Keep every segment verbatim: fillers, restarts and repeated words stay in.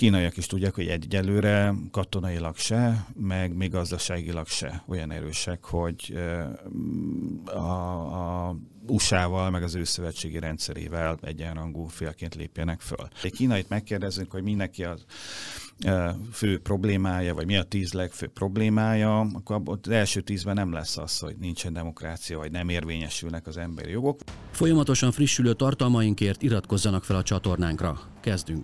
kínaiak is tudják, hogy egyelőre katonailag se, meg még gazdaságilag se olyan erősek, hogy a, a u es á-val, meg az ő szövetségi rendszerével egyenrangú félként lépjenek föl. Egy kínait megkérdezünk, hogy mindenki az fő problémája, vagy mi a tíz legfőbb problémája, akkor az első tízben nem lesz az, hogy nincsen demokrácia, vagy nem érvényesülnek az emberi jogok. Folyamatosan frissülő tartalmainkért iratkozzanak fel a csatornánkra. Kezdünk!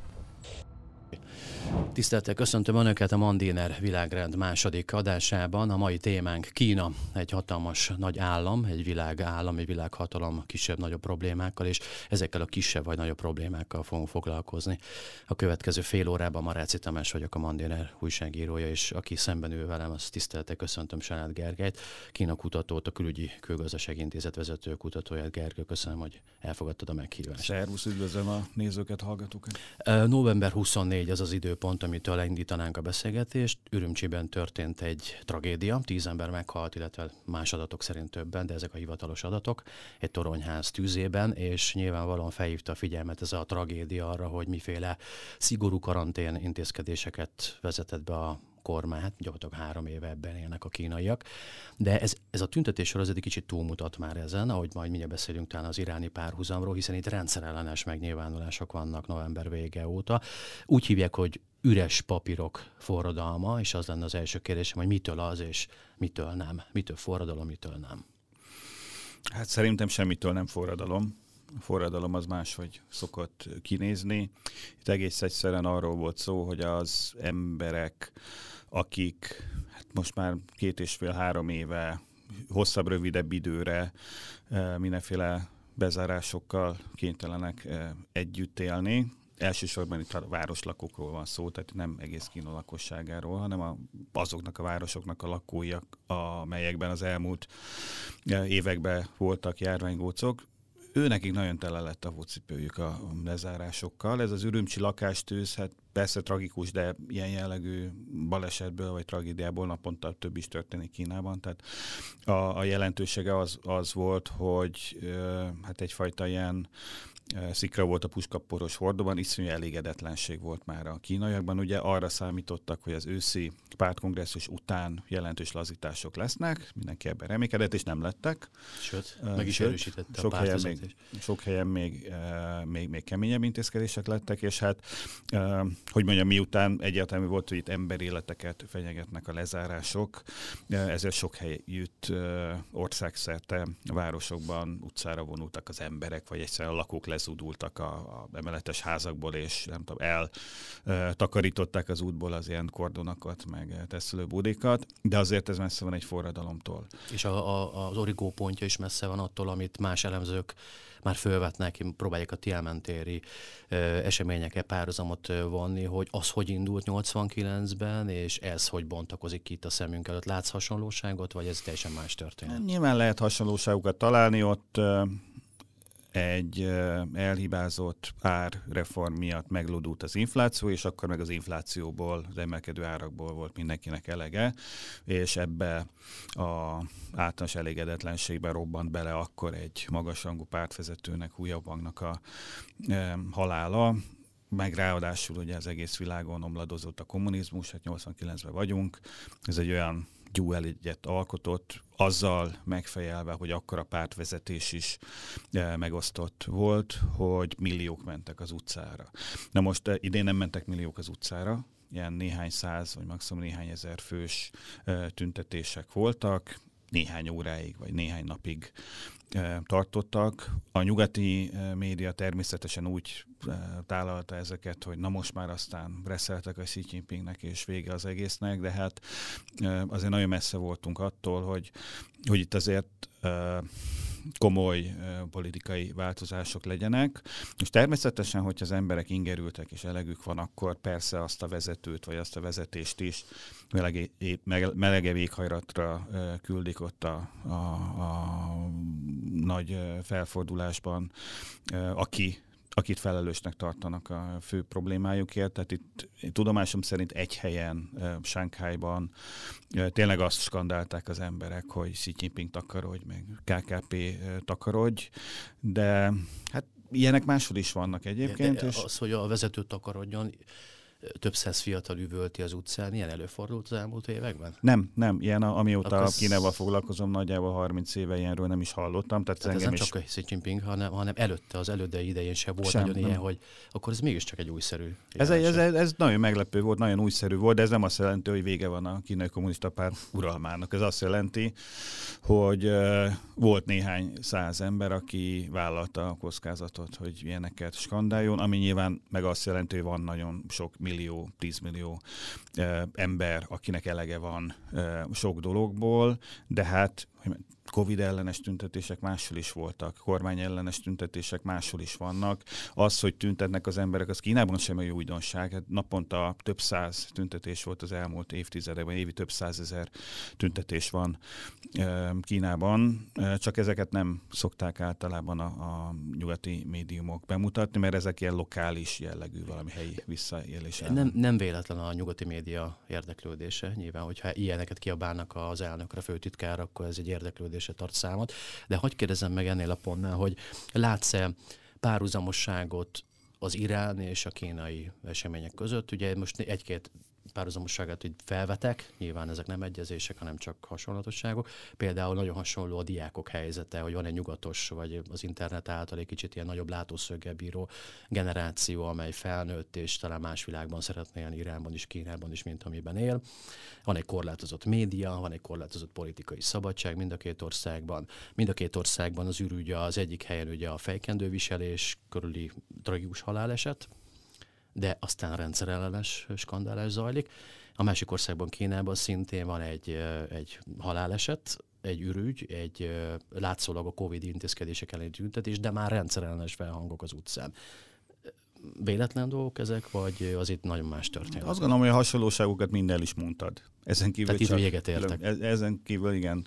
Tisztelettel köszöntöm Önöket a Mandiner Világrend második adásában. A mai témánk Kína, egy hatalmas nagy állam, egy világállam, egy világhatalom kisebb-nagyobb problémákkal, és ezekkel a kisebb vagy nagyobb problémákkal fogunk foglalkozni. A következő fél órában Maráci Tamás vagyok, a Mandiner újságírója, és aki szemben ül velem, az tisztelettel köszöntöm Senát Gergelyt, Kína kutatót, a Külügyi Külgazdasági Intézet vezető kutatóját. Gergely, köszönöm, hogy elfogadtad a meghívást. Szervusz, üdvözlöm a nézőket, hallgatókat. november huszonnégy az az időpont, amitől elindítanánk a beszélgetést. Ürümcsiben történt egy tragédia, tíz ember meghalt, illetve más adatok szerint többen, de ezek a hivatalos adatok, egy toronyház tűzében, és nyilvánvalóan felhívta a figyelmet ez a tragédia arra, hogy miféle szigorú karantén intézkedéseket vezetett be a kormány, hát gyakorlatilag három éve ebben élnek a kínaiak. De ez, ez a tüntetésről az egy kicsit túlmutat már ezen, ahogy majd mindjárt beszélünk talán az iráni párhuzamról, hiszen itt rendszerellenes megnyilvánulások vannak november vége óta. Úgy hívják, hogy üres papírok forradalma, és az lenne az első kérdésem, hogy mitől az és mitől nem. Mitől forradalom, mitől nem? Hát szerintem semmitől nem forradalom. A forradalom az máshogy szokott kinézni. Itt egész egyszerűen arról volt szó, hogy az emberek, akik hát most már két és fél-három éve, hosszabb, rövidebb időre mindenféle bezárásokkal kénytelenek együtt élni. Elsősorban itt a városlakókról van szó, tehát nem egész Kína lakosságáról, hanem a, azoknak a városoknak a lakói, amelyekben az elmúlt években voltak járványgócok. Ő nekik nagyon tele lett a focipőjük a lezárásokkal. Ez az ürümcsi lakástűz, hát persze tragikus, de ilyen jellegű balesetből vagy tragédiából naponta több is történik Kínában. Tehát a, a jelentősége az, az volt, hogy hát egyfajta ilyen szikra volt a puskaporos hordóban, iszonyú elégedetlenség volt már a kínaiakban. Ugye arra számítottak, hogy az őszi pártkongresszus után jelentős lazítások lesznek, mindenki ebben reménykedett, és nem lettek. Sőt, meg is erősítette sok a helyen még, Sok helyen még, még, még keményebb intézkedések lettek, és hát, hogy mondjam, miután egyértelmű volt, hogy itt emberéleteket fenyegetnek a lezárások, ezért sok helyütt országszerte a városokban utcára vonultak az emberek, vagy egyszerűen a lakók lezúdultak a, a emeletes házakból, és nem tudom, eltakarították az útból az ilyen kordonokat, meg tesztelőbódékat, de azért ez messze van egy forradalomtól. És a, a, az origó pontja is messze van attól, amit más elemzők már fölvetnek, próbálják a Tiananmen-téri eseményekkel párhuzamot vonni, hogy az hogy indult nyolcvankilencben, és ez hogy bontakozik ki itt a szemünk előtt. Látsz hasonlóságot, vagy ez teljesen más történet? Nyilván lehet hasonlóságokat találni, ott egy elhibázott árreform miatt meglódult az infláció, és akkor meg az inflációból, az emelkedő árakból volt mindenkinek elege, és ebbe a általános elégedetlenségben robbant bele akkor egy magasrangú pártvezetőnek, Hu Jaobangnak a e, halála, meg ráadásul ugye az egész világon omladozott a kommunizmus, hát nyolcvankilencben vagyunk, ez egy olyan gyúelegyet alkotott, azzal megfejelve, hogy akkor a pártvezetés is e, megosztott volt, hogy milliók mentek az utcára. Na most e, idén nem mentek milliók az utcára, ilyen néhány száz, vagy maximum néhány ezer fős e, tüntetések voltak, néhány óráig, vagy néhány napig e, tartottak. A nyugati e, média természetesen úgy e, tálalta ezeket, hogy na most már aztán reszeltek a Xi Jinpingnek, és vége az egésznek, de hát e, azért nagyon messze voltunk attól, hogy, hogy itt azért e, komoly e, politikai változások legyenek. És természetesen, hogyha az emberek ingerültek és elegük van, akkor persze azt a vezetőt, vagy azt a vezetést is melege, melegebb éghajlatra e, küldik ott a, a, a nagy felfordulásban, e, aki akit felelősnek tartanak a fő problémájukért. Tehát itt tudomásom szerint egy helyen, Sánkhájban tényleg azt skandálták az emberek, hogy Xi Jinping takarodj, meg ká ká pé takarodj, de hát ilyenek máshol is vannak egyébként. De, de és... Az, hogy a vezető takarodjon, több száz fiatal üvölti az utcán. Ilyen előfordult az elmúlt években? Nem, nem. Ilyen amióta az... Kínával foglalkozom, nagyjából harminc éve ilyenről nem is hallottam. Tehát, tehát ez nem nem is... csak a Xi Jinping, hanem, hanem előtte, az elődei idején sem volt Sem, nagyon nem. ilyen, hogy akkor ez mégiscsak egy újszerű. Ez, egy, ez, ez nagyon meglepő volt, nagyon újszerű volt, de ez nem azt jelenti, hogy vége van a kínai kommunista párt uralmának. Ez azt jelenti, hogy uh, volt néhány száz ember, aki vállalta a kockázatot, hogy ilyeneket skandáljon, ami nyilván meg azt jelenti, hogy van nagyon sok millió, tízmillió uh, ember, akinek elege van uh, sok dologból, de hát Covid ellenes tüntetések máshol is voltak, kormány ellenes tüntetések máshol is vannak. Az, hogy tüntetnek az emberek, az Kínában sem egy újdonság. Hát naponta több száz tüntetés volt az elmúlt évtizedekben, évi több százezer tüntetés van Kínában. Csak ezeket nem szokták általában a, a nyugati médiumok bemutatni, mert ezek ilyen lokális jellegű, valami helyi visszaélés. Nem, nem véletlen a nyugati média érdeklődése. Nyilván, hogyha ilyeneket kiabálnak az elnökre, főtitkár, akkor ez egy érdeklődése tart számot. De hadd kérdezem meg ennél a pontnál, hogy látsz-e párhuzamosságot az iráni és a kínai események között? Ugye most egy-két párhuzamosságát így felvetek, nyilván ezek nem egyezések, hanem csak hasonlatosságok. Például nagyon hasonló a diákok helyzete, hogy van egy nyugatos, vagy az internet által egy kicsit ilyen nagyobb látószöggel bíró generáció, amely felnőtt, és talán más világban szeretne élni, Iránban is, Kínában is, mint amiben él. Van egy korlátozott média, van egy korlátozott politikai szabadság mind a két országban. Mind a két országban az ürügy az egyik helyen ugye a fejkendőviselés körüli tragikus haláleset, de aztán rendszerellenes skandálás zajlik. A másik országban, Kínában szintén van egy, egy haláleset, egy ürügy, egy látszólag a Covid intézkedések elleni tüntetés, de már rendszerellenes felhangok az utcán. Véletlen dolgok ezek, vagy az itt nagyon más történet? Azt gondolom, hogy a hasonlóságokat minden is mondtad. Ezen kívül Tehát csak, itt véget értek. Ezen kívül igen.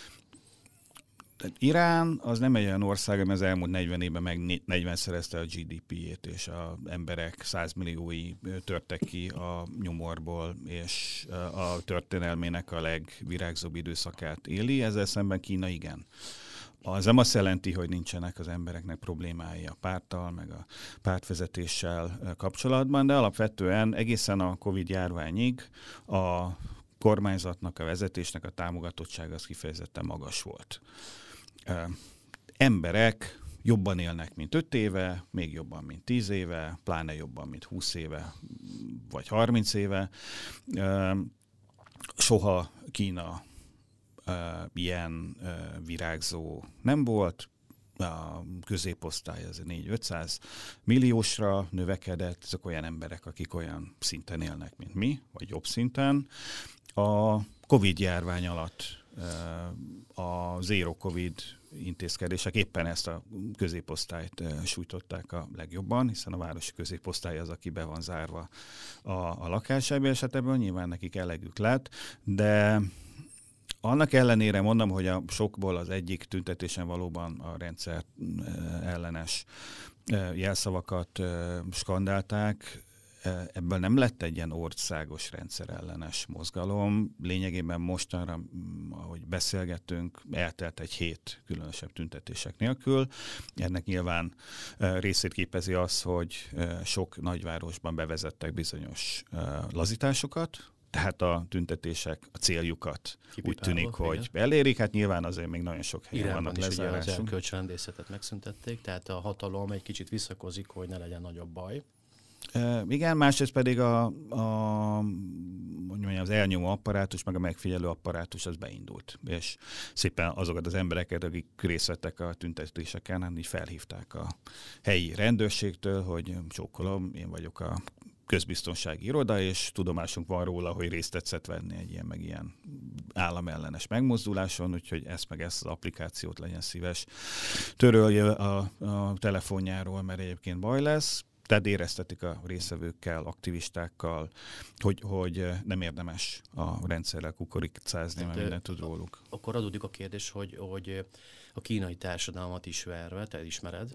Tehát Irán az nem egy olyan ország, ami az elmúlt negyven évben meg negyvenszerezte a gé dé pé-jét, és az emberek százmilliói törtek ki a nyomorból, és a történelmének a legvirágzóbb időszakát éli, ezzel szemben Kína igen. Az nem azt jelenti, hogy nincsenek az embereknek problémái a párttal, meg a pártvezetéssel kapcsolatban, de alapvetően egészen a Covid járványig a kormányzatnak, a vezetésnek a támogatottsága az kifejezetten magas volt. Ö, emberek jobban élnek, mint öt éve, még jobban, mint tíz éve, pláne jobban, mint húsz éve, vagy harminc éve. Ö, soha Kína ö, ilyen ö, virágzó nem volt. A középosztály az négy-ötszáz milliósra növekedett, ezek olyan emberek, akik olyan szinten élnek, mint mi, vagy jobb szinten. A Covid járvány alatt a zero Covid intézkedések éppen ezt a középosztályt sújtották a legjobban, hiszen a városi középosztály az, aki be van zárva a, a lakásába, és hát ebből nyilván nekik elegük lett, de annak ellenére mondom, hogy a sokból az egyik tüntetésen valóban a rendszer ellenes jelszavakat skandálták. Ebből nem lett egy ilyen országos rendszerellenes mozgalom. Lényegében mostanra, ahogy beszélgettünk, eltelt egy hét különösebb tüntetések nélkül. Ennek nyilván részét képezi az, hogy sok nagyvárosban bevezettek bizonyos lazításokat, tehát a tüntetések a céljukat Kipipálva, úgy tűnik, igen. hogy elérik. Hát nyilván azért még nagyon sok helyen Iránban vannak lezárások. Iránban is ugye az erkölcsrendészetet megszüntették, tehát a hatalom egy kicsit visszakozik, hogy ne legyen nagyobb baj. Uh, igen, másrészt pedig a, a, mondjam, az elnyomó apparátus, meg a megfigyelő apparátus az beindult. És szépen azokat az embereket, akik részt vettek a tüntetéseken, hát így felhívták a helyi rendőrségtől, hogy csókolom, én vagyok a közbiztonsági iroda, és tudomásunk van róla, hogy részt tetszett venni egy ilyen meg ilyen államellenes megmozduláson, úgyhogy ezt meg ezt az applikációt legyen szíves törölje a, a telefonjáról, mert egyébként baj lesz. Tehát éreztetik a részevőkkel, aktivistákkal, hogy, hogy nem érdemes a rendszerrel kukoricázni, mert mindent tud róluk. Akkor adódik a kérdés, hogy, hogy a kínai társadalmat ismerve, te ismered,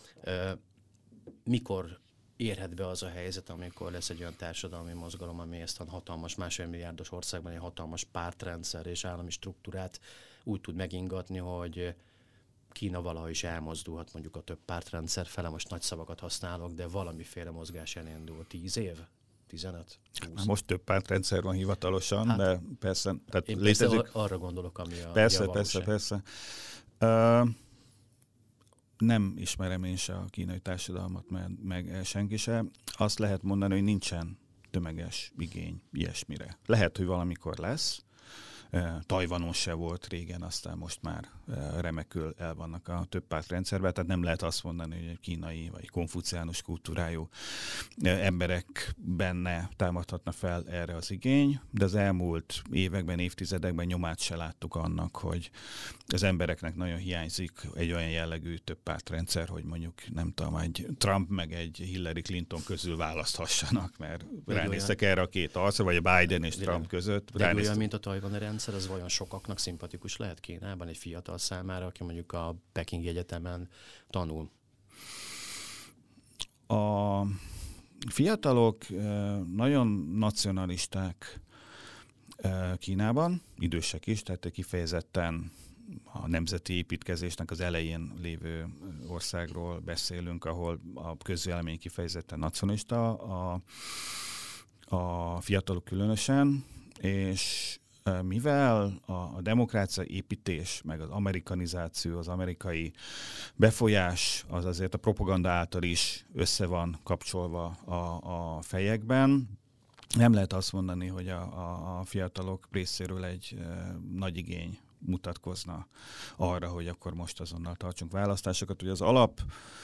mikor érhet be az a helyzet, amikor lesz egy olyan társadalmi mozgalom, ami ezt a hatalmas, másfél milliárdos országban egy hatalmas pártrendszer és állami struktúrát úgy tud megingatni, hogy Kína valaha is elmozdulhat mondjuk a több pártrendszer fele, most nagy szavakat használok, de valamiféle mozgás elindul. Tíz év? tizenöt? Most több pártrendszer van hivatalosan, hát, de persze... Tehát én létezik... persze arra gondolok, ami a Persze, a persze, persze. Uh, nem ismerem én se a kínai társadalmat, meg, meg senki se. Azt lehet mondani, hogy nincsen tömeges igény ilyesmire. Lehet, hogy valamikor lesz. Tajvanon se volt régen, aztán most már remekül el vannak a több pártrendszerben, tehát nem lehet azt mondani, hogy egy kínai vagy konfuciánus kultúrájú emberek benne támadhatna fel erre az igény, de az elmúlt években, évtizedekben nyomát se láttuk annak, hogy az embereknek nagyon hiányzik egy olyan jellegű több pártrendszer, hogy mondjuk nem tudom, egy Trump meg egy Hillary Clinton közül választhassanak, mert de ránéztek olyan... erre a két arcra, vagy a Biden és de Trump között. De ránéztek... olyan, mint a tajvani rendszer, az vajon sokaknak szimpatikus lehet Kínában egy fiatal számára, aki mondjuk a Pekingi Egyetemen tanul? A fiatalok nagyon nacionalisták Kínában, idősek is, tehát kifejezetten a nemzeti építkezésnek az elején lévő országról beszélünk, ahol a közvélemény kifejezetten nacionalista, a, a fiatalok különösen, és mivel a demokrácia építés, meg az amerikanizáció, az amerikai befolyás, az azért a propaganda által is össze van kapcsolva a, a fejekben, nem lehet azt mondani, hogy a, a, a fiatalok részéről egy e, nagy igény mutatkozna arra, hogy akkor most azonnal tartsunk választásokat. Ugye az alap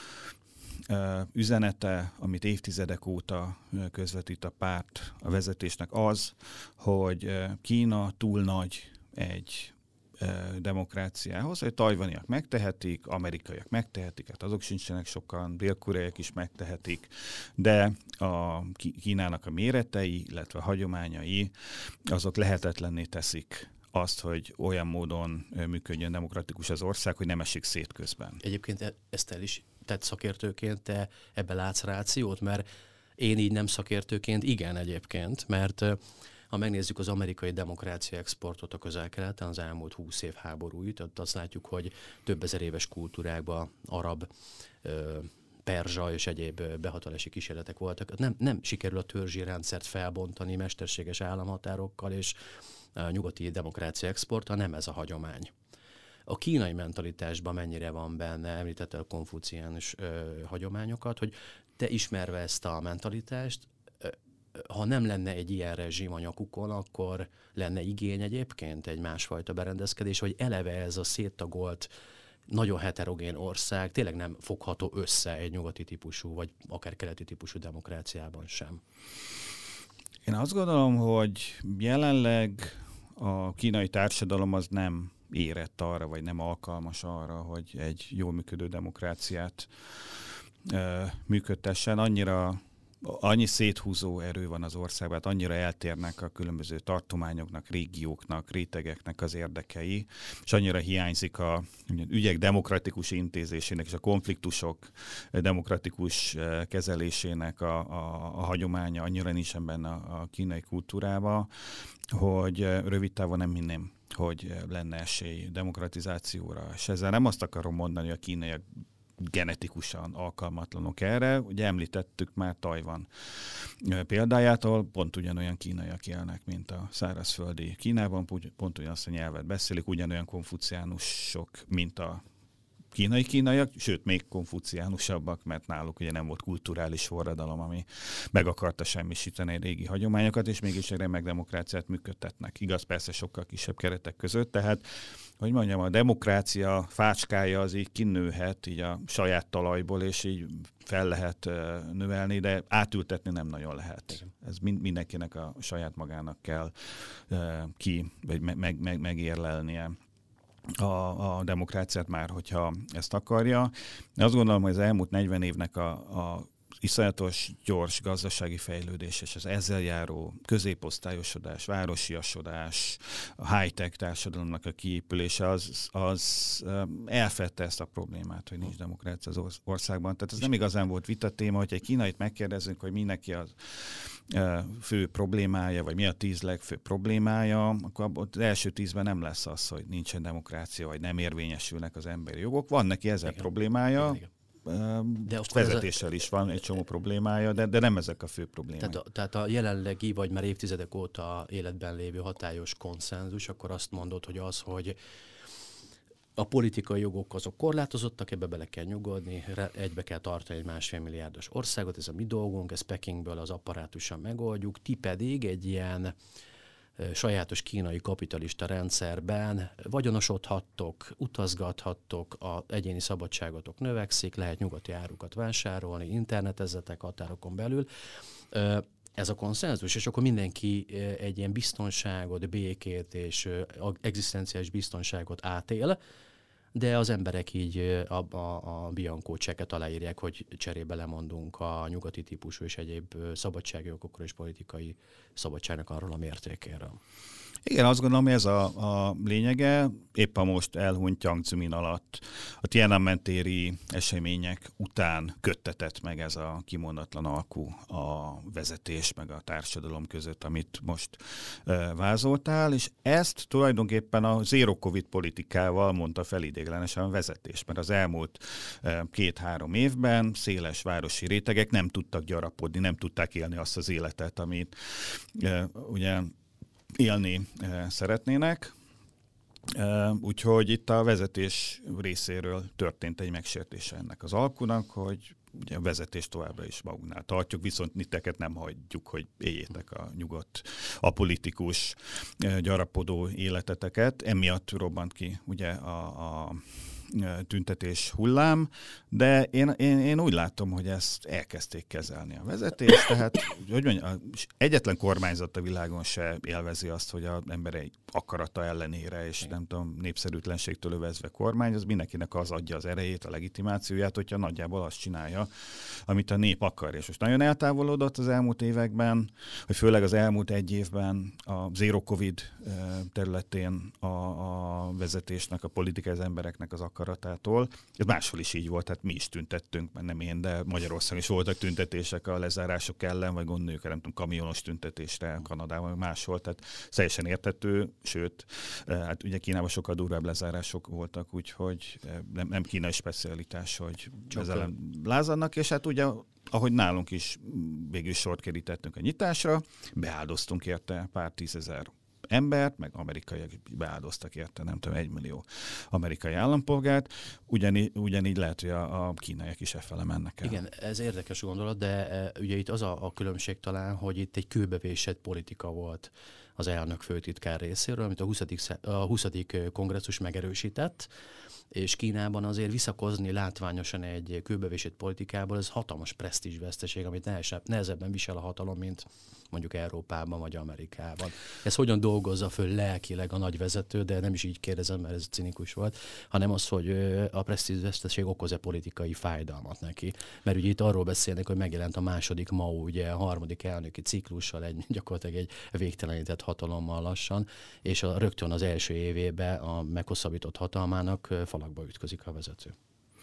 e, üzenete, amit évtizedek óta közvetít a párt a vezetésnek az, hogy Kína túl nagy egy e, demokráciához, hogy tajvaniak megtehetik, amerikaiak megtehetik, hát azok sincsenek sokan, dél-koreaiak is megtehetik, de a Kínának a méretei, illetve a hagyományai, azok lehetetlenné teszik azt, hogy olyan módon működjön demokratikus az ország, hogy nem esik szét közben. Egyébként ezt el is tett szakértőként, te ebbe látsz rációt, mert én így nem szakértőként igen egyébként, mert ha megnézzük az amerikai demokrácia exportot a közel-keleten, az elmúlt húsz év háborúit, ott azt látjuk, hogy több ezer éves kultúrákban arab, perzsa és egyéb behatolási kísérletek voltak. Nem, nem sikerül a törzsi rendszert felbontani mesterséges államhatárokkal és a nyugati demokrácia exporta, nem ez a hagyomány. A kínai mentalitásban mennyire van benne, említette a konfuciánus hagyományokat, hogy te ismerve ezt a mentalitást, ö, ha nem lenne egy ilyen rezsim a nyakukon, akkor lenne igény egyébként egy másfajta berendezkedés, vagy eleve ez a széttagolt, nagyon heterogén ország tényleg nem fogható össze egy nyugati típusú, vagy akár keleti típusú demokráciában sem. Én azt gondolom, hogy jelenleg a kínai társadalom az nem érett arra, vagy nem alkalmas arra, hogy egy jól működő demokráciát uh, működtessen. Annyira, annyi széthúzó erő van az országban, hát annyira eltérnek a különböző tartományoknak, régióknak, rétegeknek az érdekei, és annyira hiányzik a ügyek demokratikus intézésének és a konfliktusok demokratikus kezelésének a, a, a hagyománya, annyira nincsen benne a, a kínai kultúrába, hogy rövid távon nem hinném, hogy lenne esély demokratizációra. És ezzel nem azt akarom mondani, hogy a kínaiak genetikusan alkalmatlanok erre. Ugye említettük már Tajvan példájától, pont ugyanolyan kínaiak élnek, mint a szárazföldi Kínában, pont ugyanazt a nyelvet beszélik, ugyanolyan konfuciánusok, mint a kínai kínaiak, sőt, még konfuciánusabbak, mert náluk ugye nem volt kulturális forradalom, ami meg akarta semmisíteni a régi hagyományokat, és mégis egy remek demokráciát működtetnek. Igaz, persze sokkal kisebb keretek között, tehát, hogy mondjam, a demokrácia fácskája az így kinőhet így a saját talajból, és így fel lehet növelni, de átültetni nem nagyon lehet. Ez mindenkinek a saját magának kell ki, vagy meg, meg, megérlelnie A, a demokráciát már, hogyha ezt akarja. Azt gondolom, hogy az elmúlt negyven évnek a, a iszonyatos gyors gazdasági fejlődés és az ezzel járó középosztályosodás, városiasodás, a high-tech társadalomnak a kiépülése az, az elfedte ezt a problémát, hogy nincs demokrácia az országban. Tehát ez nem igazán volt vitatéma, hogyha egy kínait megkérdezünk, hogy mi neki az fő problémája, vagy mi a tíz legfőbb problémája, akkor az első tízben nem lesz az, hogy nincsen demokrácia, vagy nem érvényesülnek az emberi jogok. Van neki ezer igen. problémája, igen, igen. de vezetéssel is van egy csomó problémája, de, de nem ezek a fő problémák. Tehát a, tehát a jelenlegi, vagy már évtizedek óta életben lévő hatályos konszenzus, akkor azt mondod, hogy az, hogy a politikai jogok azok korlátozottak, ebbe bele kell nyugodni, egybe kell tartani egy másfél milliárdos országot, ez a mi dolgunk, ezt Pekingből az apparátusan megoldjuk, ti pedig egy ilyen sajátos kínai kapitalista rendszerben vagyonosodhattok, utazgathattok, az egyéni szabadságotok növekszik, lehet nyugati árukat vásárolni, internetezzetek határokon belül. Ez a konszenzus, és akkor mindenki egy ilyen biztonságot, békét és egzisztenciális biztonságot átél, de az emberek így a, a, a Bianco csekket aláírják, hogy cserébe lemondunk a nyugati típusú és egyéb szabadságjogokról és politikai szabadságnak arról a mértékéről. Igen, azt gondolom, hogy ez a, a lényege. Épp a most elhunyt Jiang Zemin alatt a Tiananmen téri események után köttetett meg ez a kimondatlan alkú a vezetés meg a társadalom között, amit most e, vázoltál, és ezt tulajdonképpen a zero covid politikával mondta fel ideiglenesen a vezetés, mert az elmúlt e, két-három évben széles városi rétegek nem tudtak gyarapodni, nem tudták élni azt az életet, amit e, ugye élni szeretnének, úgyhogy itt a vezetés részéről történt egy megsértése ennek az alkunak, hogy ugye a vezetés továbbra is magunknál tartjuk, viszont titeket nem hagyjuk, hogy éljétek a nyugodt, apolitikus, gyarapodó életeteket. Emiatt robbant ki ugye a, a tüntetés hullám, de én, én, én úgy látom, hogy ezt elkezdték kezelni a vezetés, tehát hogy mondjam, egyetlen kormányzat a világon se élvezi azt, hogy az emberei akarata ellenére, és nem tudom, népszerűtlenségtől övezve kormány, az mindenkinek az adja az erejét, a legitimációját, hogyha nagyjából azt csinálja, amit a nép akar. És most nagyon eltávolodott az elmúlt években, hogy főleg az elmúlt egy évben a zero covid területén a, a vezetésnek, a politikai az embereknek az akaratától. Ez máshol is így volt, tehát mi is tüntettünk, mert nem én, de Magyarországon is voltak tüntetések a lezárások ellen, vagy gondoljuk, nem tudom, kamionos tüntetésre Kanadában, vagy máshol, tehát teljesen érthető, sőt, hát ugye Kínában sokkal durvább lezárások voltak, úgyhogy nem, nem kínai specialitás, hogy ezzel lázadnak, és hát ugye ahogy nálunk is végül sort kerítettünk a nyitásra, beáldoztunk érte pár tízezer embert, meg amerikaiak beáldoztak érte, nem tudom, egymillió amerikai állampolgárt, ugyanígy, ugyanígy lehet, hogy a, a kínaiak is effele mennek el. Igen, ez érdekes gondolat, de e, ugye itt az a, a különbség talán, hogy itt egy kőbevésett politika volt az elnök főtitkár részéről, amit a huszadik, a huszadik kongresszus megerősített, és Kínában azért visszakozni látványosan egy kőbevésett politikából, ez hatalmas presztízsveszteség, amit nehezebb, nehezebben visel a hatalom, mint mondjuk Európában vagy Amerikában. Ez hogyan dolgozza föl lelkileg a nagyvezető, de nem is így kérdezem, mert ez cinikus volt, hanem az, hogy a presztízsveszteség okoz-e politikai fájdalmat neki. Mert ugye itt arról beszélnek, hogy megjelent a második Mao, ugye a harmadik elnöki ciklussal, egy, gyakorlatilag egy végtelenített hatalommal lassan, és a, rögtön az első évében a meghosszabbított hatalmának falakba ütközik a vezető.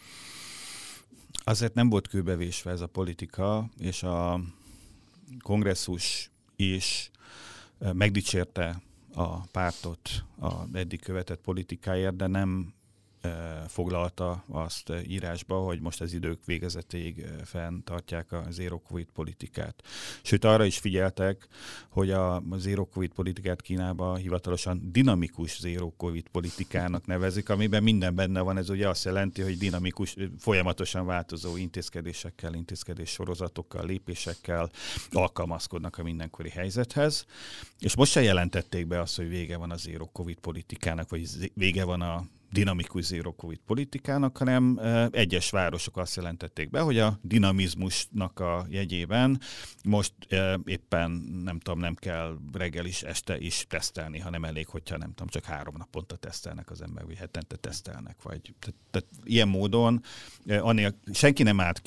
Azért nem volt kőbevésve ez a politika, és a kongresszus is megdicsérte a pártot az eddig követett politikáért, de nem foglalta azt írásba, hogy most az idők végezetéig fenntartják a zero covid politikát. Sőt, arra is figyeltek, hogy a zero covid politikát Kínában hivatalosan dinamikus zero covid politikának nevezik, amiben minden benne van. Ez ugye azt jelenti, hogy dinamikus, folyamatosan változó intézkedésekkel, intézkedés sorozatokkal, lépésekkel alkalmazkodnak a mindenkori helyzethez. És most se jelentették be azt, hogy vége van a zero covid politikának, vagy vége van a dinamikus zero covid politikának, hanem egyes városok azt jelentették be, hogy a dinamizmusnak a jegyében most éppen nem tudom, nem kell reggel is, este is tesztelni, hanem elég, hogyha nem tudom, csak három naponta tesztelnek az ember, vagy hetente tesztelnek, vagy tehát, tehát ilyen módon annél senki nem állt ki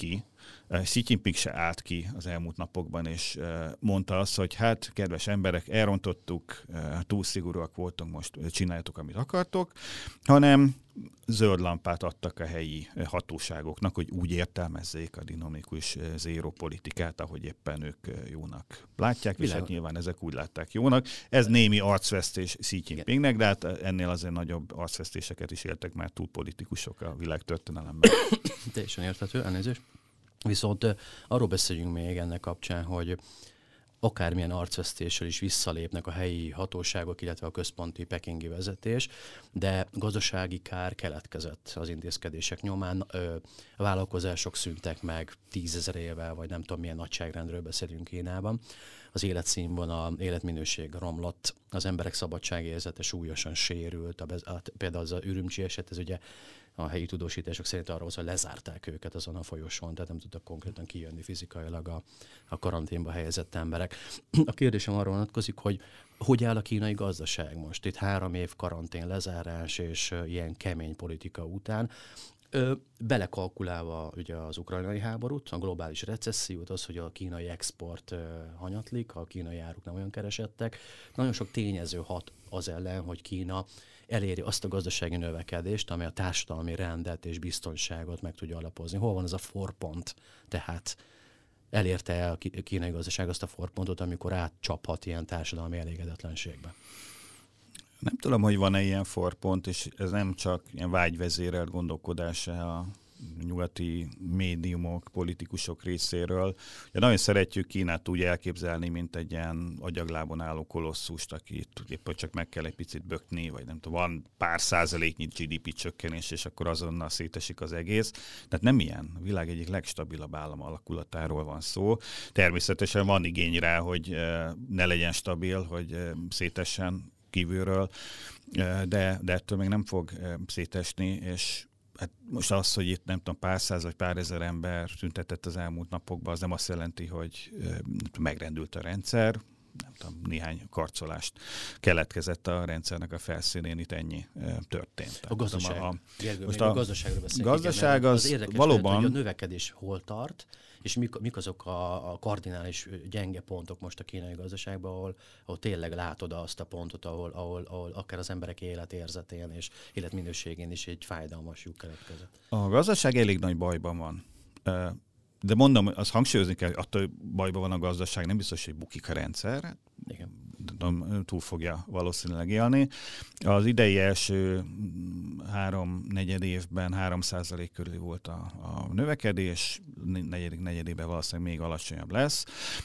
Xi Jinping se állt ki az elmúlt napokban, és mondta azt, hogy hát, kedves emberek, elrontottuk, túl szigorúak voltunk, most csináljátok, amit akartok, hanem zöld lampát adtak a helyi hatóságoknak, hogy úgy értelmezzék a dinamikus zéró politikát, ahogy éppen ők jónak látják, Világos. És hát nyilván ezek úgy látták jónak. Ez némi arcvesztés Xi Jinpingnek, de hát ennél azért nagyobb arcvesztéseket is éltek már túl politikusok a világtörténelemben. Teljesen érthető, elnézést. Viszont arról beszéljünk még ennek kapcsán, hogy akármilyen arcvesztéssel is visszalépnek a helyi hatóságok, illetve a központi pekingi vezetés, de gazdasági kár keletkezett az intézkedések nyomán. Ö, a vállalkozások szűntek meg tízezerével, vagy nem tudom milyen nagyságrendről beszélünk Kínában. Az életszínvonal, életminőség romlott, az emberek szabadságérzete súlyosan sérült. A, a, például az a Ürümcsi eset, ez ugye a helyi tudósítások szerint arról hogy lezárták őket azon a folyosón, tehát nem tudtak konkrétan kijönni fizikailag a, a karanténba helyezett emberek. A kérdésem arra vonatkozik, hogy hogy áll a kínai gazdaság most? Itt három év karantén, lezárás és uh, ilyen kemény politika után. Ö, belekalkulálva ugye az ukrajnai háborút, a globális recessziót, az, hogy a kínai export ö, hanyatlik, a kínai áruk nem olyan keresettek. Nagyon sok tényező hat az ellen, hogy Kína eléri azt a gazdasági növekedést, ami a társadalmi rendet és biztonságot meg tudja alapozni. Hol van ez a forpont? Tehát elérte el a kínai gazdaság azt a forpontot, amikor átcsaphat ilyen társadalmi elégedetlenségbe? Nem tudom, hogy van-e ilyen forpont, és ez nem csak ilyen vágyvezérelt gondolkodása a nyugati médiumok, politikusok részéről. Ja, nagyon szeretjük Kínát úgy elképzelni, mint egy ilyen agyaglábon álló kolosszust, akit éppen csak meg kell egy picit bökni, vagy nem tudom, van pár százaléknyi gé dé pé csökkenés, és akkor azonnal szétesik az egész. Tehát nem ilyen. A világ egyik legstabilabb állam alakulatáról van szó. Természetesen van igény rá, hogy ne legyen stabil, hogy szétessen kívülről, de, de ettől még nem fog szétesni, és hát most az, hogy itt nem tudom, pár száz vagy pár ezer ember tüntetett az elmúlt napokban, az nem azt jelenti, hogy megrendült a rendszer, nem tudom, néhány karcolást keletkezett a rendszernek a felszínén, itt ennyi történt. A gazdaság. A, a, Gergő, most a gazdaságról beszélünk. Gazdaság igen, az, az valóban... Lehet, hogy a növekedés hol tart, és mik, mik azok a, a kardinális gyenge pontok most a kínai gazdaságban, ahol, ahol tényleg látod azt a pontot, ahol, ahol, ahol akár az emberek életérzetén és életminőségén is egy fájdalmas lyuk keletkezett. A gazdaság elég nagy bajban van. De mondom, azt hangsúlyozni kell, hogy attól bajban van a gazdaság, nem biztos, hogy bukik a rendszer. Igen. Túl fogja valószínűleg élni. Az idei első három negyed évben három százalék körül volt a, a növekedés, negyedik negyedében valószínűleg még alacsonyabb lesz.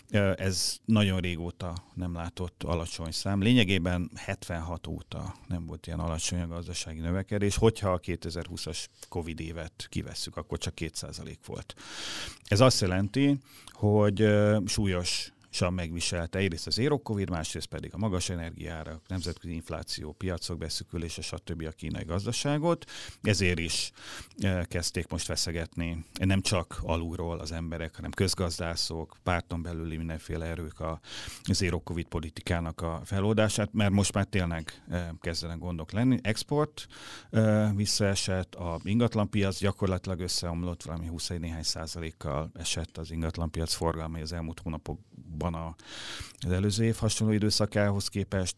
Ez nagyon régóta nem látott alacsony szám. Lényegében hetvenhat óta nem volt ilyen alacsony a gazdasági növekedés. Hogyha a kétezer-húszas Covid évet kivesszük, akkor csak két százalék volt. Ez azt jelenti, hogy súlyos megviselte egyrészt az zéró Covid, másrészt pedig a magas energiárak, nemzetközi infláció, piacok beszűkülése, stb. A kínai gazdaságot. Ezért is kezdték most feszegetni nem csak alulról az emberek, hanem közgazdászok, párton belüli mindenféle erők a zéró Covid politikának a feloldását, mert most már tényleg kezdenek gondok lenni. Export visszaesett, a ingatlanpiac gyakorlatilag összeomlott, valami húsz néhány százalékkal esett az ingatlanpiac forgalma az elmúlt hónapokban az előző év hasonló időszakához képest,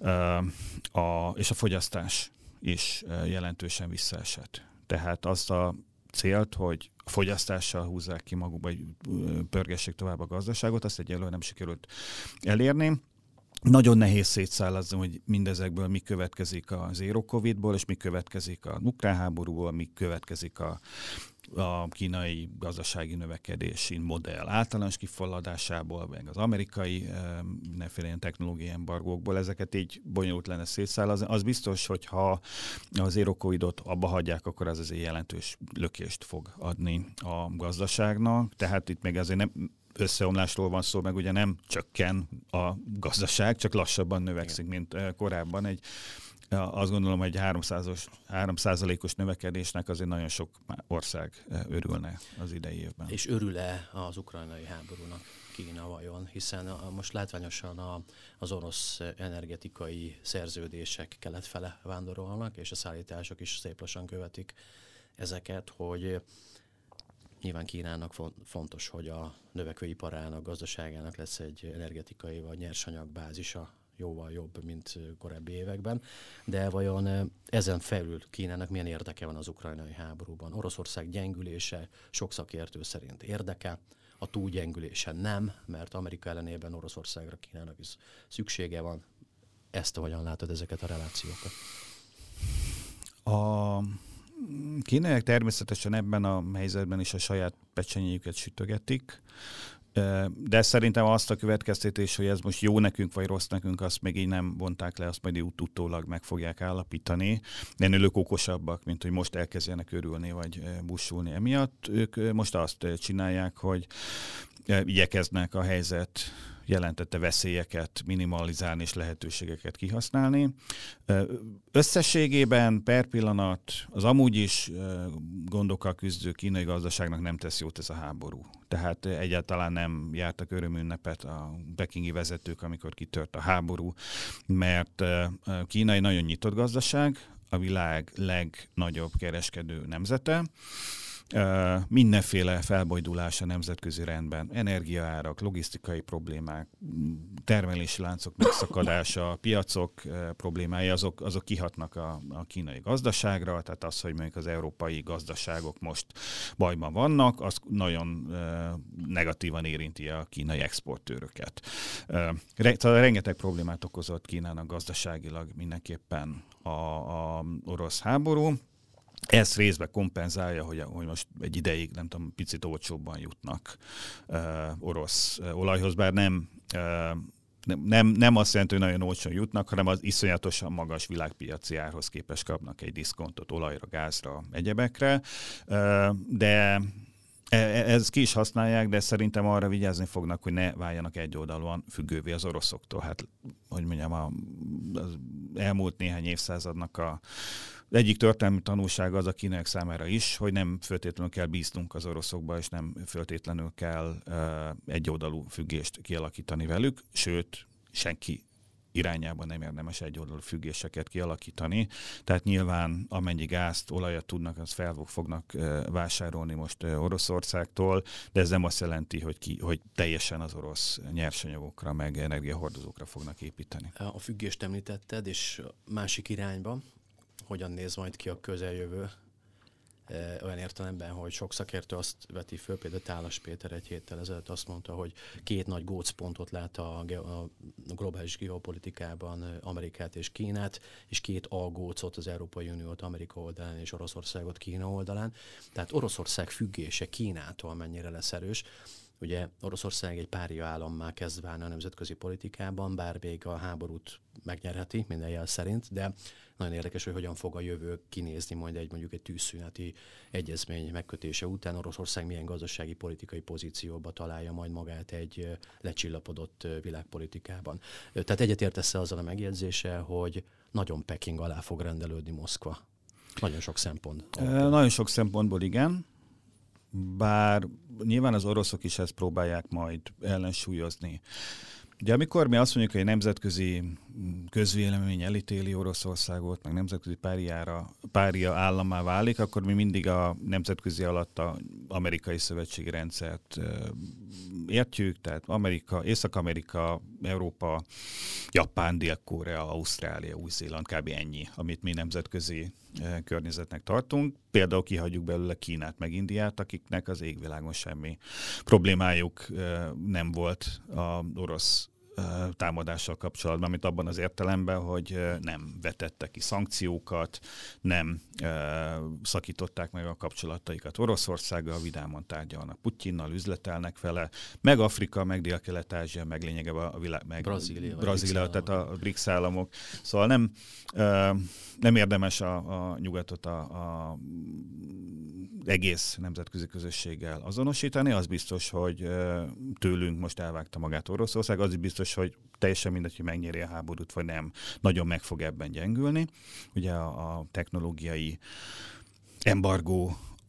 a, és a fogyasztás is jelentősen visszaesett. Tehát azt a célt, hogy a fogyasztással húzzák ki magukba, vagy pörgessék tovább a gazdaságot, azt egyelőre nem sikerült elérni. Nagyon nehéz szétszállazni, hogy mindezekből mi következik a zéró Covidból, és mi következik a ukrán háborúból, mi következik a a kínai gazdasági növekedési modell általános kifalladásából, meg az amerikai mindenféle ilyen technológiai embargókból, ezeket így bonyolult lenne szétszállazni. Az biztos, hogy ha a zéró Covidot abba hagyják, akkor az azért jelentős lökést fog adni a gazdaságnak. Tehát itt még azért nem összeomlásról van szó, meg ugye nem csökken a gazdaság, csak lassabban növekszik, mint korábban. Egy Azt gondolom, hogy három százalékos növekedésnek azért nagyon sok ország örülne az idei évben. És örül-e az ukrajnai háborúnak Kína vajon? Hiszen a, most látványosan a, az orosz energetikai szerződések keletfele vándorolnak, és a szállítások is szép lassan követik ezeket, hogy Nyilván Kínának fontos, hogy a növekvő iparának, gazdaságának lesz egy energetikai vagy nyersanyag bázisa, jóval jobb, mint korábbi években, de vajon ezen felül Kínának milyen érdeke van az ukrajnai háborúban? Oroszország gyengülése sok szakértő szerint érdeke, a túlgyengülése nem, mert Amerika ellenében Oroszországra Kínának is szüksége van. Ezt hogyan látod ezeket a relációkat? A kínaiak természetesen ebben a helyzetben is a saját pecsenyéjüket sütögetik, de szerintem azt a következtetés, hogy ez most jó nekünk vagy rossz nekünk, azt még így nem vonták le, azt majd ut- utólag meg fogják állapítani. De ennél ők okosabbak, mint hogy most elkezdjenek örülni vagy bussulni emiatt. Ők most azt csinálják, hogy igyekeznek a helyzet jelentette veszélyeket minimalizálni és lehetőségeket kihasználni. Összességében per pillanat az amúgy is gondokkal küzdő kínai gazdaságnak nem tesz jót ez a háború. Tehát egyáltalán nem jártak örömünnepet a pekingi vezetők, amikor kitört a háború, mert Kína egy nagyon nyitott gazdaság, a világ legnagyobb kereskedő nemzete, Uh, mindenféle felbojdulás a nemzetközi rendben, energiaárak, logisztikai problémák, termelési láncok megszakadása, piacok uh, problémái, azok, azok kihatnak a, a kínai gazdaságra, tehát az, hogy mondjuk az európai gazdaságok most bajban vannak, az nagyon uh, negatívan érinti a kínai exportőröket. Uh, re, rengeteg problémát okozott Kínának gazdaságilag mindenképpen a, a orosz háború. Ez részben kompenzálja, hogy, hogy most egy ideig, nem tudom, picit olcsóbban jutnak uh, orosz uh, olajhoz, bár nem, uh, nem, nem azt jelenti, hogy nagyon olcsón jutnak, hanem az iszonyatosan magas világpiaci árhoz képest kapnak egy diszkontot olajra, gázra, egyebekre, uh, de ez ki is használják, de szerintem arra vigyázni fognak, hogy ne váljanak egyoldalúan függővé az oroszoktól. Hát, hogy mondjam, a, az elmúlt néhány évszázadnak a Az egyik történelmi tanulsága az a kínaiak számára is, hogy nem feltétlenül kell bíznunk az oroszokba, és nem feltétlenül kell uh, egyoldalú függést kialakítani velük, sőt, senki irányában nem érdemes egyoldalú függéseket kialakítani. Tehát nyilván amennyi gázt, olajat tudnak, azt fel fognak uh, vásárolni most uh, Oroszországtól, de ez nem azt jelenti, hogy, ki, hogy teljesen az orosz nyersanyagokra, meg energiahordozókra fognak építeni. A függést említetted, és másik irányba, hogyan néz majd ki a közeljövő, e, olyan értelemben, hogy sok szakértő azt veti föl, például Tálas Péter egy héttel ezelőtt azt mondta, hogy két nagy gócpontot lát a, a globális geopolitikában Amerikát és Kínát, és két algócot, az Európai Uniót Amerika oldalán és Oroszországot Kína oldalán. Tehát Oroszország függése Kínától mennyire lesz erős. Ugye Oroszország egy párja állammá kezd válni a nemzetközi politikában, bár még a háborút megnyerheti minden jel szerint, de nagyon érdekes, hogy hogyan fog a jövő kinézni majd egy mondjuk egy tűzszüneti egyezmény megkötése után. Oroszország milyen gazdasági politikai pozícióba találja majd magát egy lecsillapodott világpolitikában. Tehát egyetértesz-e azzal a megjegyzéssel, hogy nagyon Peking alá fog rendelődni Moszkva? Nagyon sok szempont. E, nagyon sok szempontból igen. Bár nyilván az oroszok is ezt próbálják majd ellensúlyozni. Ugye amikor mi azt mondjuk, hogy a nemzetközi közvélemény elítéli Oroszországot, meg nemzetközi páriára, pária állammá válik, akkor mi mindig a nemzetközi alatt az amerikai szövetségi rendszert értjük, tehát Amerika, Észak-Amerika, Európa, Japán, Dél-Korea, Ausztrália, Új-Zéland, kb. Ennyi, amit mi nemzetközi környezetnek tartunk. Például kihagyjuk belőle Kínát meg Indiát, akiknek az égvilágon semmi problémájuk nem volt az orosz támadással kapcsolatban, amit abban az értelemben, hogy nem vetettek ki szankciókat, nem szakították meg a kapcsolataikat Oroszországgal, vidámon tárgyalnak Putyinnal, üzletelnek vele, meg Afrika, meg Dél-Kelet-Ázsia, meg lényegében a világ, meg Brazília, Brazília tehát a BRICS államok. Szóval nem, nem érdemes a, a nyugatot a, a egész nemzetközi közösséggel azonosítani. Az biztos, hogy tőlünk most elvágta magát Oroszország, az is biztos, hogy teljesen mindegy, hogy megnyeri a háborút, vagy nem, nagyon meg fog ebben gyengülni. Ugye a, a technológiai embargó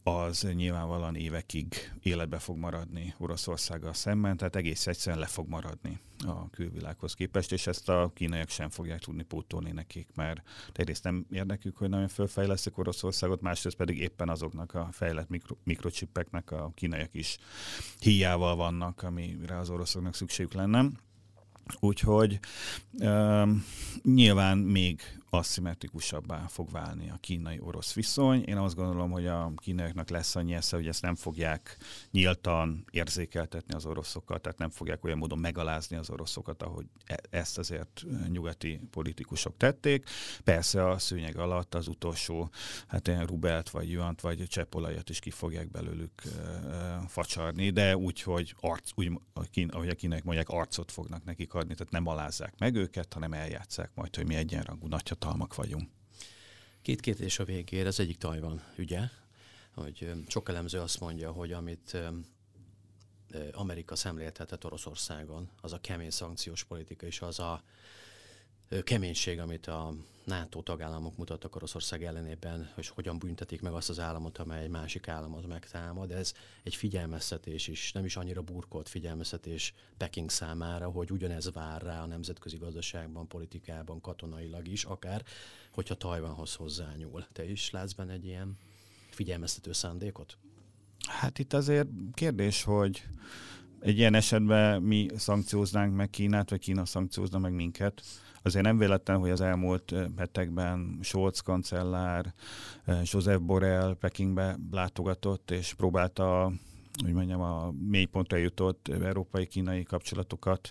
az nyilvánvalóan évekig életbe fog maradni Oroszországgal szemben, tehát egész egyszerűen le fog maradni a külvilághoz képest, és ezt a kínaiak sem fogják tudni pótolni nekik, mert egyrészt nem érdekük, hogy nagyon fölfejlesztik Oroszországot, másrészt pedig éppen azoknak a fejlett mikro, mikrocsipeknek a kínaiak is híjával vannak, amire az oroszoknak szükségük lenne. Úgyhogy um, nyilván még aszimmetrikusabbá fog válni a kínai-orosz viszony. Én azt gondolom, hogy a kínaiaknak lesz annyi esze, hogy ezt nem fogják nyíltan érzékeltetni az oroszokkal, tehát nem fogják olyan módon megalázni az oroszokat, ahogy ezt azért nyugati politikusok tették. Persze a szőnyeg alatt az utolsó, hát ilyen rubelt, vagy juant, vagy cseppolajat is ki fogják belőlük uh, facsarni, de úgy, hogy arc, úgy, ahogy a kínaiak mondják, arcot fognak nekik adni, tehát nem alázzák meg őket, hanem eljátsszák majd, hogy mi egyenrangú nagyhatalmak vagyunk. Két kérdés a végére, az egyik Tajvan ügye, hogy sok elemző azt mondja, hogy amit Amerika szemléltetett Oroszországon, az a kemény szankciós politika és az a keménység, amit a NATO tagállamok mutattak Oroszország ellenében, hogy hogyan büntetik meg azt az államot, amely egy másik államot megtámad. Ez egy figyelmeztetés is, nem is annyira burkolt figyelmeztetés Peking számára, hogy ugyanez vár rá a nemzetközi gazdaságban, politikában, katonailag is, akár, hogyha Tajvanhoz hozzányúl. Te is látsz benne egy ilyen figyelmeztető szándékot? Hát itt azért kérdés, hogy egy ilyen esetben mi szankcióznánk meg Kínát, vagy Kína szankciózna meg minket. Azért nem véletlen, hogy az elmúlt hetekben Scholz kancellár, Joseph Borrell Pekingbe látogatott, és próbálta, hogy mondjam, a mélypontra jutott európai-kínai kapcsolatokat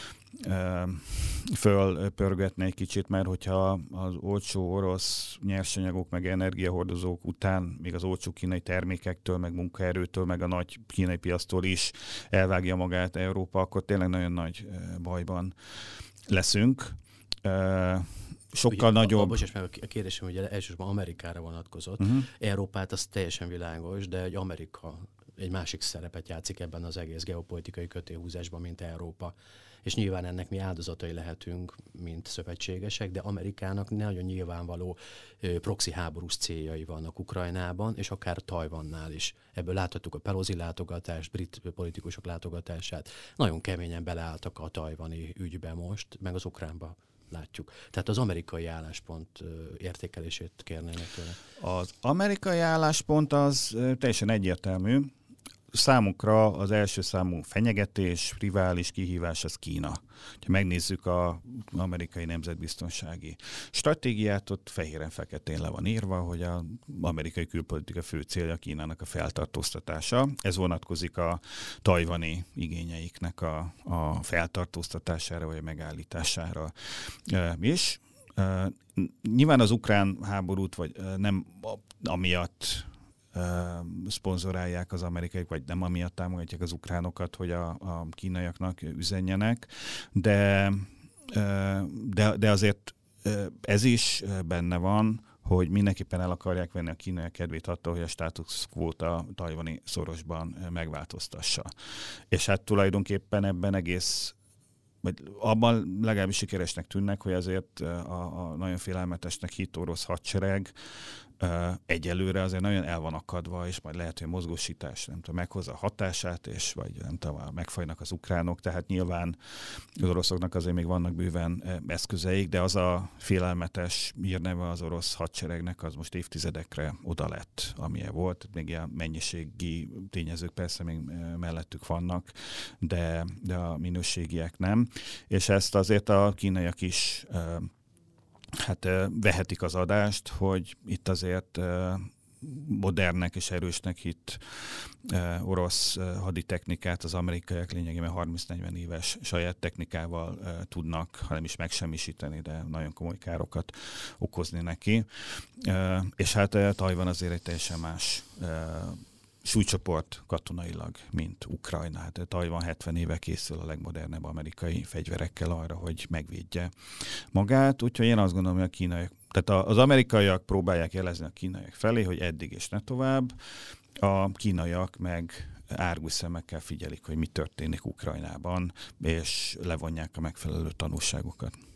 fölpörgetni egy kicsit, mert hogyha az olcsó orosz nyersanyagok meg energiahordozók után még az olcsó kínai termékektől, meg munkaerőtől, meg a nagy kínai piactól is elvágja magát Európa, akkor tényleg nagyon nagy bajban leszünk. Sokkal ugye, nagyobb... Bocsáss meg, a kérdésem ugye elsősorban Amerikára vonatkozott. Uh-huh. Európát az teljesen világos, de egy Amerika egy másik szerepet játszik ebben az egész geopolitikai kötélhúzásban, mint Európa. És nyilván ennek mi áldozatai lehetünk, mint szövetségesek, de Amerikának nagyon nyilvánvaló ö, proxy háborús céljai vannak Ukrajnában, és akár Tajvannál is. Ebből láthatjuk a Pelosi látogatást, brit politikusok látogatását. Nagyon keményen beleálltak a tajvani ügybe most, meg az ukránba látjuk. Tehát az amerikai álláspont értékelését kérnének tőle. Az amerikai álláspont az teljesen egyértelmű. Számukra az első számú fenyegetés, rivális kihívás az Kína. Ha megnézzük az amerikai nemzetbiztonsági stratégiát, ott fehéren-feketén le van írva, hogy az amerikai külpolitika fő célja Kínának a feltartóztatása. Ez vonatkozik a tajvani igényeiknek a, a feltartóztatására vagy a megállítására is. Nyilván az ukrán háborút vagy nem amiatt szponzorálják az amerikaiak, vagy nem amiatt támogatják az ukránokat, hogy a, a kínaiaknak üzenjenek, de, de, de azért ez is benne van, hogy mindenképpen el akarják venni a kínaiak kedvét attól, hogy a status quo-t a tajvani szorosban megváltoztassa. És hát tulajdonképpen ebben egész vagy abban legalábbis sikeresnek tűnnek, hogy azért a, a nagyon félelmetesnek hit orosz hadsereg Uh, egyelőre azért nagyon el van akadva, és majd lehet, hogy a mozgósítás nem tudom, meghozza a hatását, és vagy nem tudom, megfajnak az ukránok, tehát nyilván az oroszoknak azért még vannak bőven uh, eszközeik, de az a félelmetes hírneve az orosz hadseregnek az most évtizedekre oda lett, amilyen volt. Még ilyen mennyiségi tényezők persze még uh, mellettük vannak, de, de a minőségiek nem. És ezt azért a kínaiak is uh, hát vehetik az adást, hogy itt azért modernnek és erősnek hitt orosz haditechnikát az amerikaiak lényegében harminc-negyven éves saját technikával tudnak, ha nem is megsemmisíteni, de nagyon komoly károkat okozni neki. És hát Tajvan azért egy teljesen más súlycsoport katonailag, mint Ukrajna. Hát Tajvan hetven éve készül a legmodernebb amerikai fegyverekkel arra, hogy megvédje magát. Úgyhogy én azt gondolom, hogy a kínaiak, tehát az amerikaiak próbálják jelezni a kínaiak felé, hogy eddig és ne tovább. A kínaiak meg árgus szemekkel figyelik, hogy mi történik Ukrajnában, és levonják a megfelelő tanulságokat.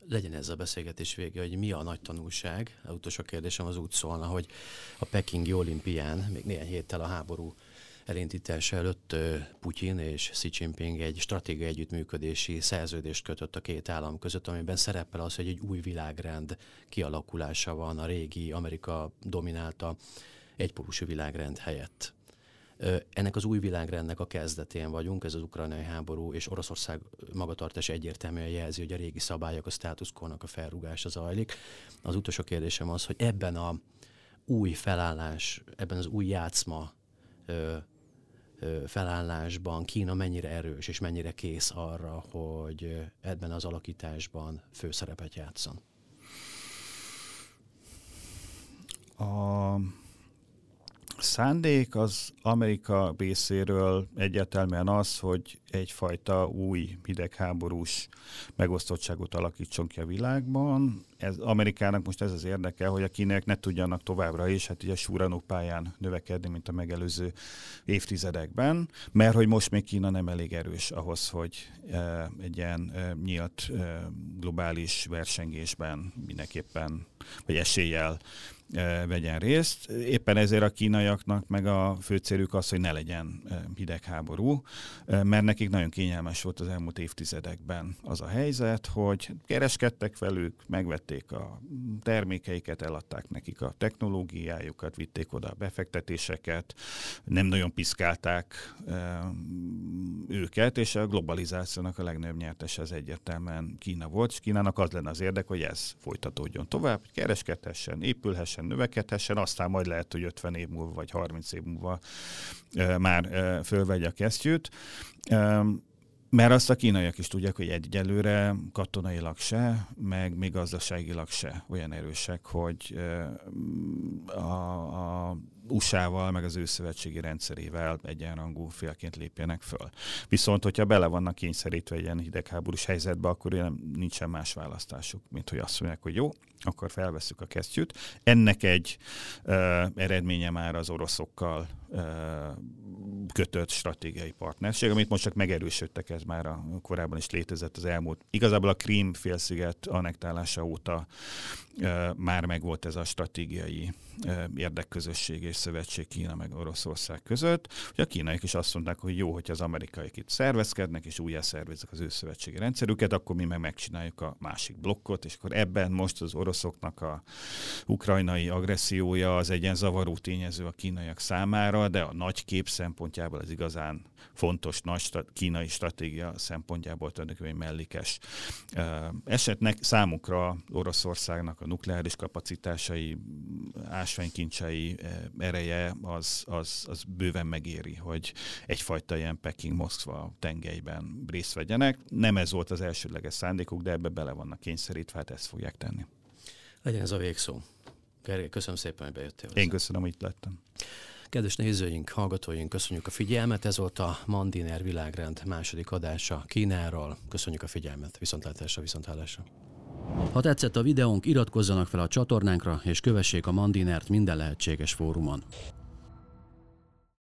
legyen ez a beszélgetés vége, hogy mi a nagy tanulság. Az utolsó kérdésem az úgy szólna, hogy a pekingi olimpián, még néhány héttel a háború elindítása előtt Putyin és Xi Jinping egy stratégiai együttműködési szerződést kötött a két állam között, amiben szerepel az, hogy egy új világrend kialakulása van a régi Amerika dominálta egypólusú világrend helyett. Ennek az új világrendnek a kezdetén vagyunk, ez az ukrajnai háború, és Oroszország magatartása egyértelműen jelzi, hogy a régi szabályok, a status quo-nak a felrúgása zajlik. Az utolsó kérdésem az, hogy ebben a új felállás, ebben az új játszma ö, ö, felállásban Kína mennyire erős, és mennyire kész arra, hogy ebben az alakításban főszerepet játsszon? A szándék az Amerika részéről egyértelműen az, hogy egyfajta új hidegháborús megosztottságot alakítson ki a világban. Ez, Amerikának most ez az érdeke, hogy a kínaiak ne tudjanak továbbra is, hát ugye súranó pályán növekedni, mint a megelőző évtizedekben, mert hogy most még Kína nem elég erős ahhoz, hogy e, egy ilyen e, nyílt e, globális versengésben mindenképpen, vagy eséllyel e, vegyen részt. Éppen ezért a kínaiaknak meg a fő céljuk az, hogy ne legyen e, hidegháború, e, mert nekik nagyon kényelmes volt az elmúlt évtizedekben az a helyzet, hogy kereskedtek velük, megvették a termékeiket, eladták nekik a technológiájukat, vitték oda a befektetéseket, nem nagyon piszkálták e, őket, és a globalizációnak a legnagyobb nyertes az egyértelműen Kína volt, és Kínának az lenne az érdek, hogy ez folytatódjon tovább, kereskedhessen, épülhessen, növekedhessen, aztán majd lehet, hogy ötven év múlva, vagy harminc év múlva e, már e, fölvegye a kesztyűt. E, Mert azt a kínaiak is tudják, hogy egyelőre katonailag se, meg még gazdaságilag se olyan erősek, hogy a, a u es á-val, meg az ő szövetségi rendszerével egyenrangú félként lépjenek föl. Viszont, hogyha bele vannak kényszerítve egy ilyen hidegháborús helyzetbe, akkor nem, nincsen más választásuk, mint hogy azt mondják, hogy jó, akkor felvesszük a kesztyűt. Ennek egy uh, eredménye már az oroszokkal uh, kötött stratégiai partnerség, amit most csak megerősödtek, ez már a, korábban is létezett az elmúlt. Igazából a Krím félsziget annektálása óta uh, már megvolt ez a stratégiai uh, érdekközösség és szövetség Kína meg Oroszország között. Ugye a kínaiak is azt mondták, hogy jó, hogy az amerikaiak itt szervezkednek, és újjá szervezik az ő szövetségi rendszerüket, akkor mi meg megcsináljuk a másik blokkot, és akkor ebben most az oroszoknak a ukrajnai agressziója az egy ilyen zavaró tényező a kínaiak számára, de a nagy kép szempontjából az igazán fontos nagy stra- kínai stratégia szempontjából tulajdonképpen mellékes uh, esetnek. Számukra Oroszországnak a nukleáris kapacitásai, ásványkincsei uh, ereje az, az, az bőven megéri, hogy egyfajta ilyen Peking-Moszkva tengelyben részt vegyenek. Nem ez volt az elsődleges szándékuk, de ebbe bele vannak kényszerítve, hát ezt fogják tenni. Legyen ez a végszó. Gergely, köszönöm szépen, hogy bejöttél hozzá. Én köszönöm, hogy itt lettem. Kedves nézőink, hallgatóink, köszönjük a figyelmet. Ez volt a Mandiner világrend második adása Kínáról. Köszönjük a figyelmet. Viszontlátásra, viszonthallásra. Ha tetszett a videónk, iratkozzanak fel a csatornánkra, és kövessék a Mandinert minden lehetséges fórumon.